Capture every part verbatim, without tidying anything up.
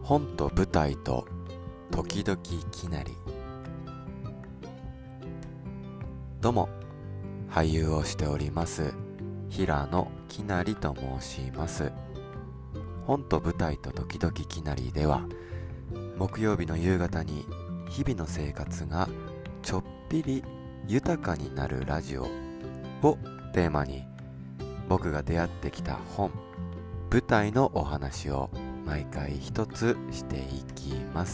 本と舞台と時々きなり。どうも、俳優をしております平野きなりと申します。本と舞台と時々きなりでは、木曜日の夕方に日々の生活がちょっぴり豊かになるラジオをテーマに、僕が出会ってきた本、舞台のお話を毎回一つしていきます。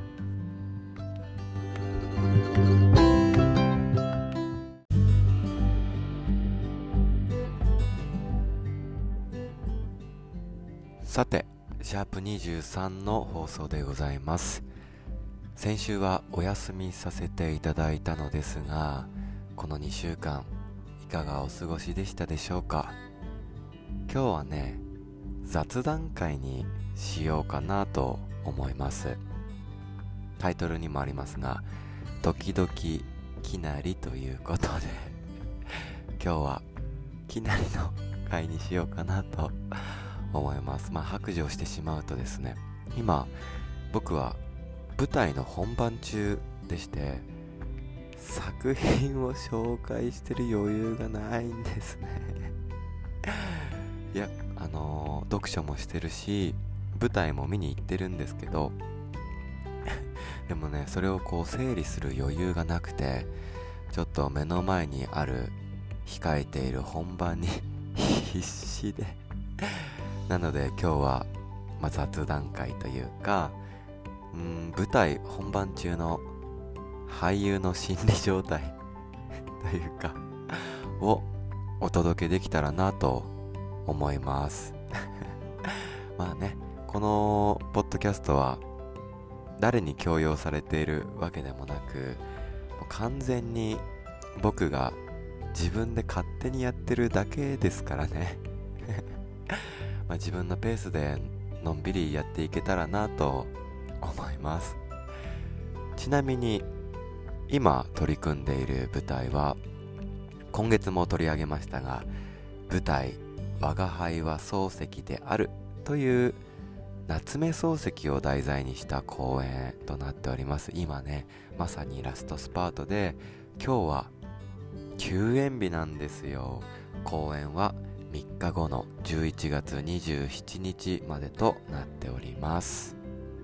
さて、シャープにじゅうさんの放送でございます。先週はお休みさせていただいたのですが、このにしゅうかんいかがお過ごしでしたでしょうか。今日はね、雑談会にしようかなと思います。タイトルにもありますが、時々きなりということで今日はきなりの会にしようかなと思います。まあ白状してしまうとですね、今僕は舞台の本番中でして、作品を紹介してる余裕がないんですねいや、あのー、読書もしてるし舞台も見に行ってるんですけどでもね、それをこう整理する余裕がなくて、ちょっと目の前にある控えている本番に必死でなので今日は、まあ、雑談会というか、うーん舞台本番中の俳優の心理状態というかをお届けできたらなと思いますまあね、このポッドキャストは誰に強要されているわけでもなく、完全に僕が自分で勝手にやってるだけですからねまあ自分のペースでのんびりやっていけたらなと思います。ちなみに今取り組んでいる舞台は、今月も取り上げましたが、舞台我が輩は漱石であるという夏目漱石を題材にした公演となっております。今ね、まさにラストスパートで、今日は休演日なんですよ。公演はみっかごのじゅういちがつにじゅうしちにちまでとなっております。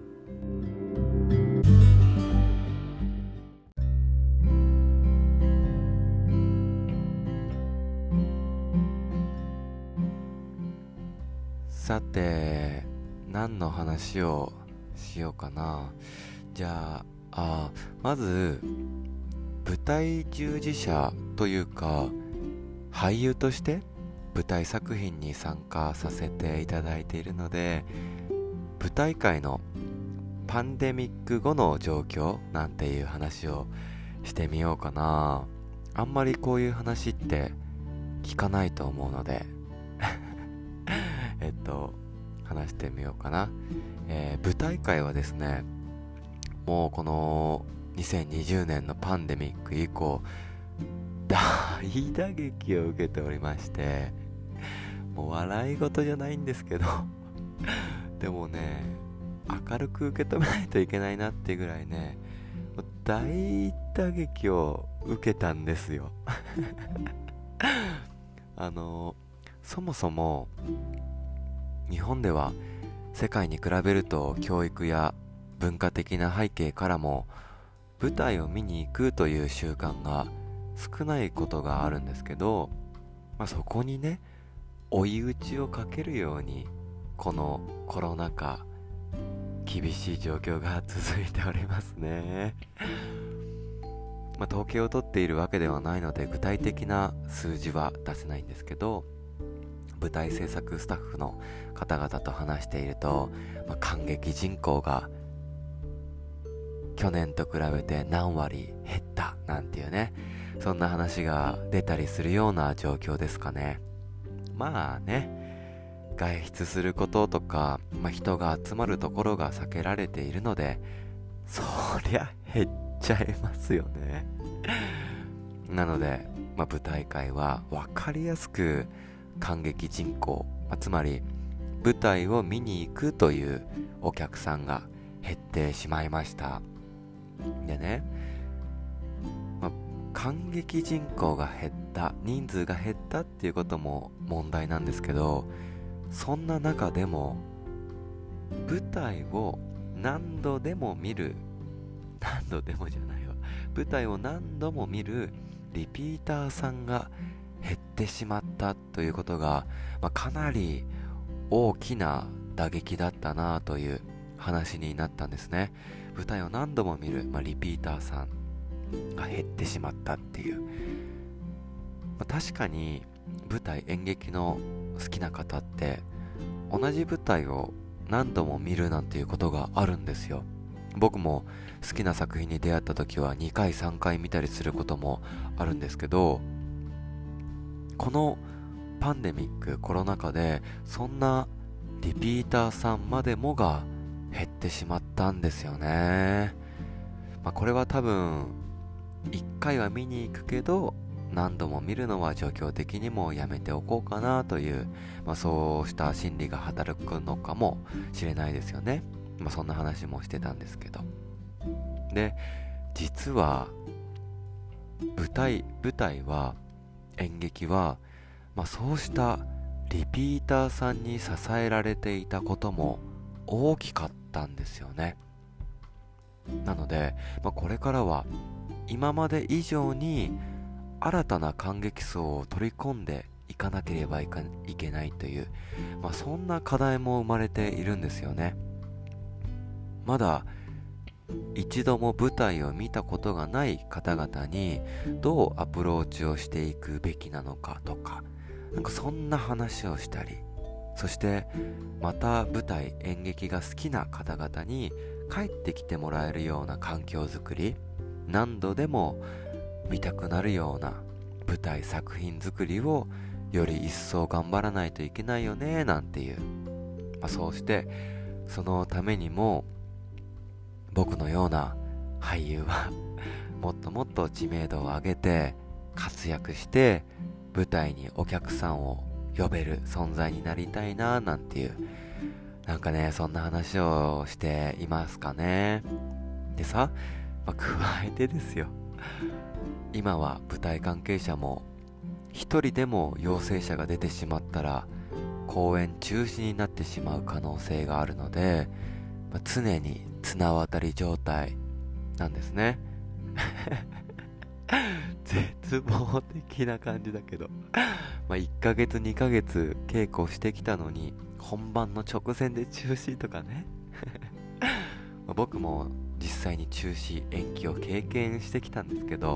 さて、何の話をしようかな。じゃあ、あまず舞台従事者というか俳優として舞台作品に参加させていただいているので、舞台界のパンデミック後の状況なんていう話をしてみようかな。あんまりこういう話って聞かないと思うのでえっと話してみようかな。えー、舞台界はですね、もうこのにせんにじゅうねんのパンデミック以降大打撃を受けておりまして、もう笑い事じゃないんですけどでもね、明るく受け止めないといけないなっていうぐらいね、大打撃を受けたんですよあのそもそも日本では世界に比べると教育や文化的な背景からも舞台を見に行くという習慣が少ないことがあるんですけど、まあ、そこにね、追い打ちをかけるようにこのコロナ禍厳しい状況が続いておりますねまあ、統計を取っているわけではないので具体的な数字は出せないんですけど、舞台制作スタッフの方々と話していると、まあ、観劇人口が去年と比べて何割減ったなんていうね、そんな話が出たりするような状況ですかね。まあね、外出することとか、まあ、人が集まるところが避けられているので、そりゃ減っちゃいますよねなので、まあ、舞台界は分かりやすく観劇人口、まあ、つまり舞台を見に行くというお客さんが減ってしまいました。でね、まあ、観劇人口が減った、人数が減ったっていうことも問題なんですけど、そんな中でも舞台を何度でも見る何度でもじゃないわ舞台を何度も見るリピーターさんが減ってしまったということが、まあ、かなり大きな打撃だったなという話になったんですね。舞台を何度も見る、まあ、リピーターさんが減ってしまったっていう、まあ、確かに舞台演劇の好きな方って同じ舞台を何度も見るなんていうことがあるんですよ。僕も好きな作品に出会った時はにかいさんかい見たりすることもあるんですけど、このパンデミックコロナ禍でそんなリピーターさんまでもが減ってしまったんですよね。まあ、これは多分いっかいは見に行くけど何度も見るのは状況的にもやめておこうかなという、まあ、そうした心理が働くのかもしれないですよね。まあ、そんな話もしてたんですけど、で実は舞台舞台は演劇は、まあ、そうしたリピーターさんに支えられていたことも大きかったんですよね。なので、まあ、これからは今まで以上に新たな観劇層を取り込んでいかなければいけないという、まあ、そんな課題も生まれているんですよね。まだ一度も舞台を見たことがない方々にどうアプローチをしていくべきなのかとか、なんかそんな話をしたり、そしてまた舞台演劇が好きな方々に帰ってきてもらえるような環境づくり、何度でも見たくなるような舞台作品作りをより一層頑張らないといけないよねなんていう、まあ、そうしてそのためにも僕のような俳優はもっともっと知名度を上げて活躍して舞台にお客さんを呼べる存在になりたいななんていう、なんかねそんな話をしていますかね。でさ、まあ、加えてですよ、今は舞台関係者も一人でも陽性者が出てしまったら公演中止になってしまう可能性があるので、まあ、常に綱渡り状態なんですね絶望的な感じだけどまあいっかげつにかげつ稽古してきたのに本番の直前で中止とかねまあ僕も実際に中止延期を経験してきたんですけど、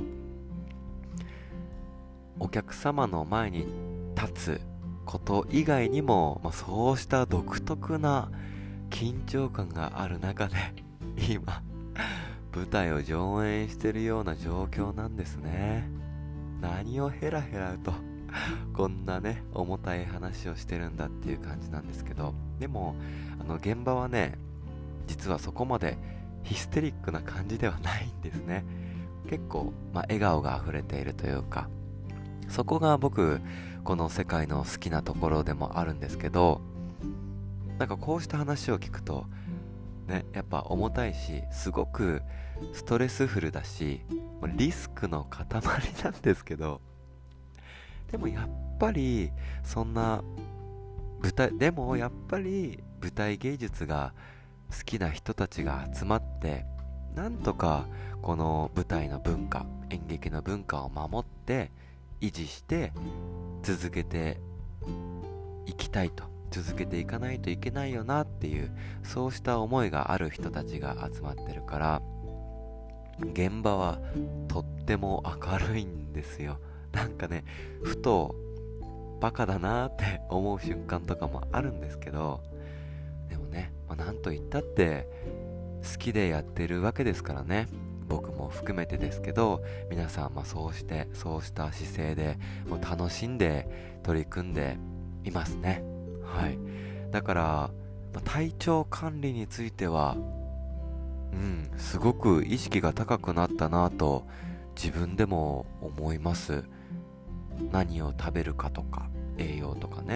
お客様の前に立つこと以外にも、まあ、そうした独特な緊張感がある中で今舞台を上演してるような状況なんですね。何をヘラヘラとこんなね重たい話をしてるんだっていう感じなんですけど、でもあの現場はね実はそこまでヒステリックな感じではないんですね。結構、まあ、笑顔が溢れているというか、そこが僕この世界の好きなところでもあるんですけど、なんかこうした話を聞くとね、やっぱ重たいしすごくストレスフルだしリスクの塊なんですけど、でもやっぱりそんな舞台でもやっぱり舞台芸術が好きな人たちが集まってなんとかこの舞台の文化、演劇の文化を守って維持して続けていきたいと、続けていかないといけないよなっていう、そうした思いがある人たちが集まってるから現場はとっても明るいんですよ。なんかねふとバカだなって思う瞬間とかもあるんですけど、でもね、まあ、なんと言ったって好きでやってるわけですからね、僕も含めてですけど、皆さんまあそうしてそうした姿勢でもう楽しんで取り組んでいますね。はい、だから、まあ、体調管理についてはうんすごく意識が高くなったなと自分でも思います。何を食べるかとか栄養とかね、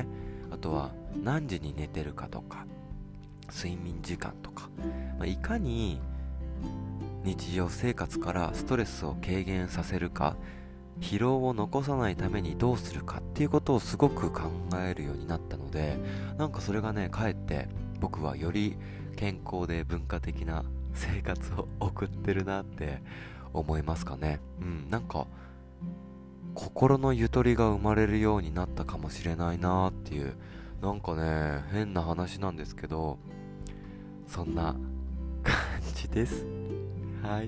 あとは何時に寝てるかとか、睡眠時間とか、まあ、いかに日常生活からストレスを軽減させるか、疲労を残さないためにどうするかっていうことをすごく考えるようになったので、なんかそれがね、かえって僕はより健康で文化的な生活を送ってるなって思いますかね。うん、なんか心のゆとりが生まれるようになったかもしれないなっていう、なんかね、変な話なんですけど、そんな感じです。はい。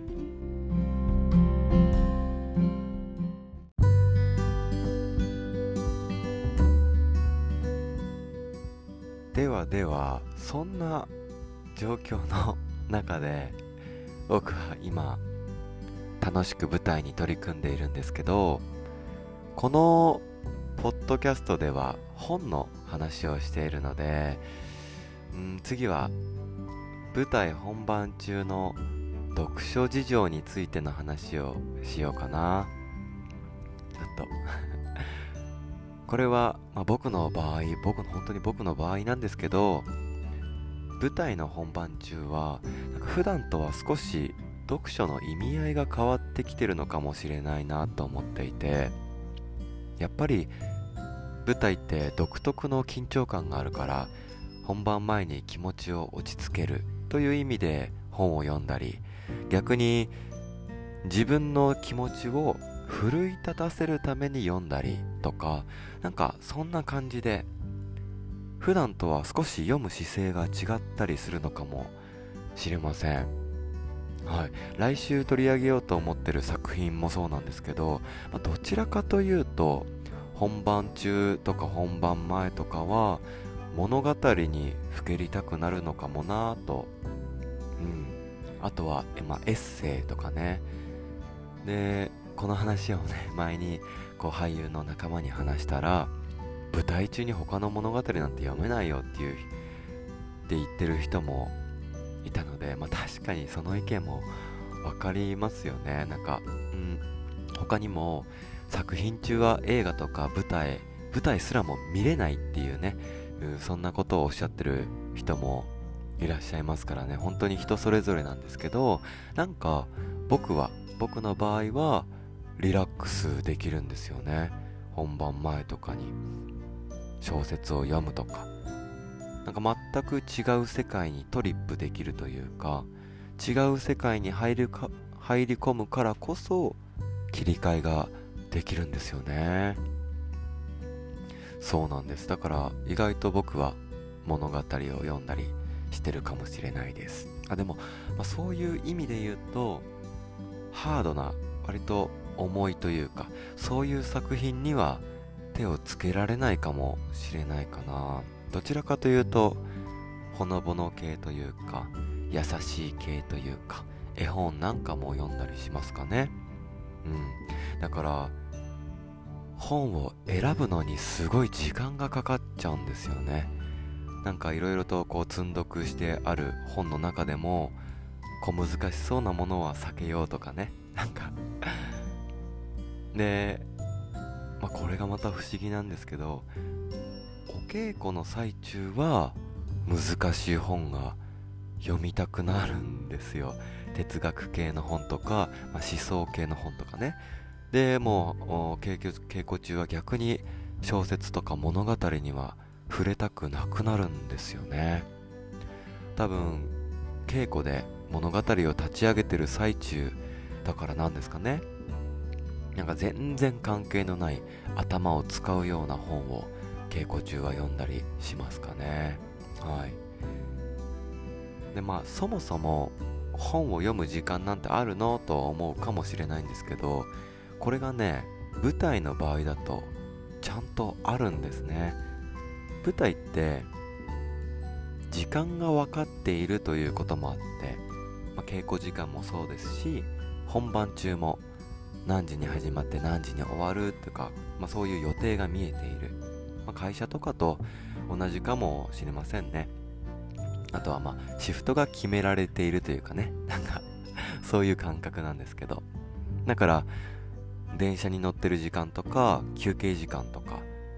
ではでは、そんな状況の中で僕は今楽しく舞台に取り組んでいるんですけど、このポッドキャストでは本の話をしているので、うん、次は舞台本番中の読書事情についての話をしようかな。ちょっとこれは、まあ、僕の場合僕の本当に僕の場合なんですけど、舞台の本番中はなんか普段とは少し読書の意味合いが変わってきてるのかもしれないなと思っていて、やっぱり舞台って独特の緊張感があるから、本番前に気持ちを落ち着けるという意味で本を読んだり、逆に自分の気持ちを奮い立たせるために読んだりとか、なんかそんな感じで普段とは少し読む姿勢が違ったりするのかもしれません。はい、来週取り上げようと思ってる作品もそうなんですけど、まあ、どちらかというと本番中とか本番前とかは物語にふけりたくなるのかもなと、うん、あとは、え、まあ、エッセイとかね。でこの話をね、前にこう俳優の仲間に話したら、舞台中に他の物語なんて読めないよっていうって言ってる人もいたので、まあ、確かにその意見も分かりますよね。なんか、うん、他にも作品中は映画とか舞台舞台すらも見れないっていうね、うん、そんなことをおっしゃってる人もいらっしゃいますからね。本当に人それぞれなんですけど、なんか僕は僕の場合はリラックスできるんですよね。本番前とかに小説を読むとか、なんか全く違う世界にトリップできるというか、違う世界に入るか入り込むからこそ切り替えができるんですよね。そうなんです。だから意外と僕は物語を読んだりしてるかもしれないです。あでも、まあ、そういう意味で言うとハードな、割と重いというか、そういう作品には手をつけられないかもしれないかな。どちらかというとほのぼの系というか、優しい系というか、絵本なんかも読んだりしますかね。うんだから本を選ぶのにすごい時間がかかっちゃうんですよね。なんかいろいろとこう積んどくしてある本の中でも、小難しそうなものは避けようとかね、なんかで、まあ、これがまた不思議なんですけど、お稽古の最中は難しい本が読みたくなるんですよ。哲学系の本とか、まあ、思想系の本とかね。でもう稽古、稽古中は逆に小説とか物語には触れたくなくなるんですよね。多分稽古で物語を立ち上げてる最中だからなんですかね。なんか全然関係のない頭を使うような本を稽古中は読んだりしますかね。はいでまあそもそも本を読む時間なんてあるのと思うかもしれないんですけど、これがね、舞台の場合だとちゃんとあるんですね。舞台って時間が分かっているということもあって、まあ、稽古時間もそうですし、本番中も何時に始まって何時に終わるとか、まあ、そういう予定が見えている、まあ、会社とかと同じかもしれませんね。あとはまあシフトが決められているというかね、なんかそういう感覚なんですけど、だから、から電車に乗ってる時間とか休憩時間とか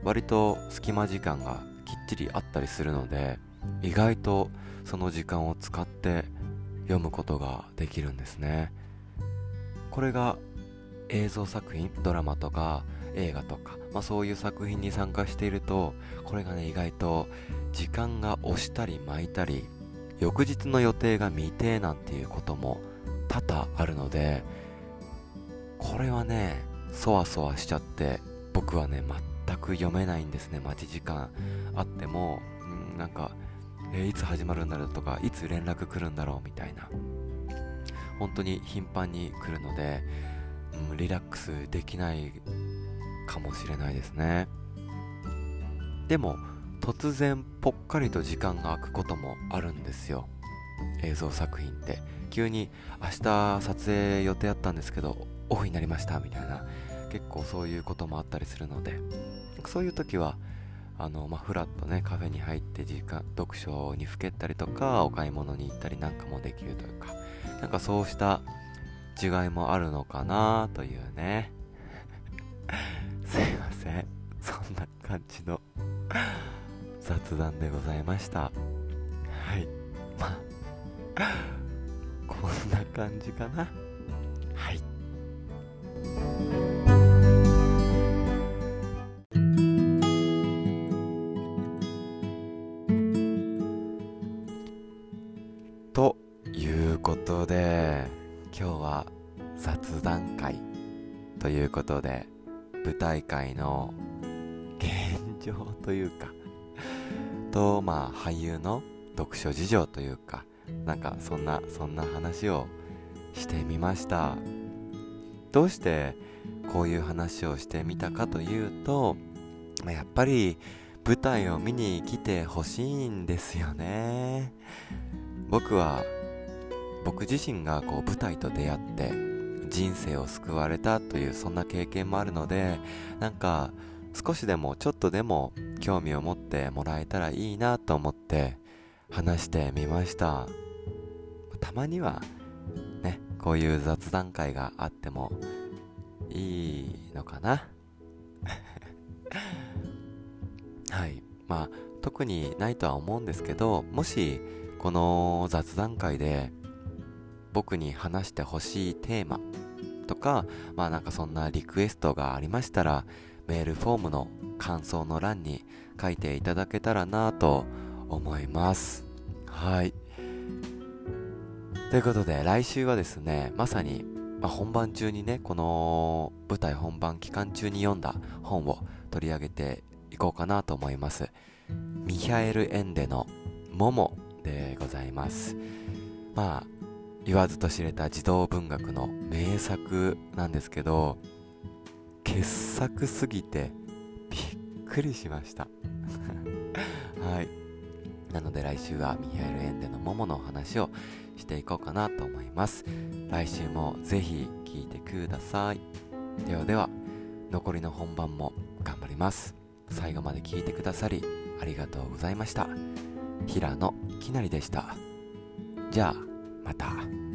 割と隙間時間がきっちりあったりするので、意外とその時間を使って読むことができるんですね。これが映像作品、ドラマとか映画とか、まあ、そういう作品に参加していると、これがね意外と時間が押したり巻いたり、翌日の予定が未定なんていうことも多々あるので、これはねそわそわしちゃって僕はね全く読めないんですね。待ち時間あっても、うん、なんか、えーいつ始まるんだろうとか、いつ連絡来るんだろうみたいな、本当に頻繁に来るので、うん、リラックスできないかもしれないですね。でも突然ぽっかりと時間が空くこともあるんですよ。映像作品って急に明日撮影予定あったんですけどオフになりましたみたいな、結構そういうこともあったりするので、そういう時はあの、まあ、フラッとねカフェに入って時間読書にふけったりとか、お買い物に行ったりなんかもできるというか、なんかそうした違いもあるのかなというねすいません、そんな感じの雑談でございました。はい、まあこんな感じかな。はい、ということで今日は雑談会ということで、舞台界の現状というかと、まあ俳優の読書事情というか、なんかそんなそんな話をしてみました。どうしてこういう話をしてみたかというと、まあ、やっぱり舞台を見に来てほしいんですよね。僕は僕自身がこう舞台と出会って人生を救われたという、そんな経験もあるので、なんか少しでもちょっとでも興味を持ってもらえたらいいなと思って話してみました。たまにはねこういう雑談会があってもいいのかなはい、まあ特にないとは思うんですけど、もしこの雑談会で僕に話してほしいテーマとか、まあなんかそんなリクエストがありましたら、メールフォームの感想の欄に書いていただけたらなと思います。はい、ということで来週はですね、まさに、まあ、本番中にね、この舞台本番期間中に読んだ本を取り上げていこうかなと思います。ミヒャエル・エンデのモモでございます。まあ言わずと知れた児童文学の名作なんですけど、傑作すぎてびっくりしましたはい、なので来週はミヒャエル・エンデのモモのお話をしていこうかなと思います。来週もぜひ聞いてください。ではでは、残りの本番も頑張ります。最後まで聞いてくださりありがとうございました。平野きなりでした。じゃあまた。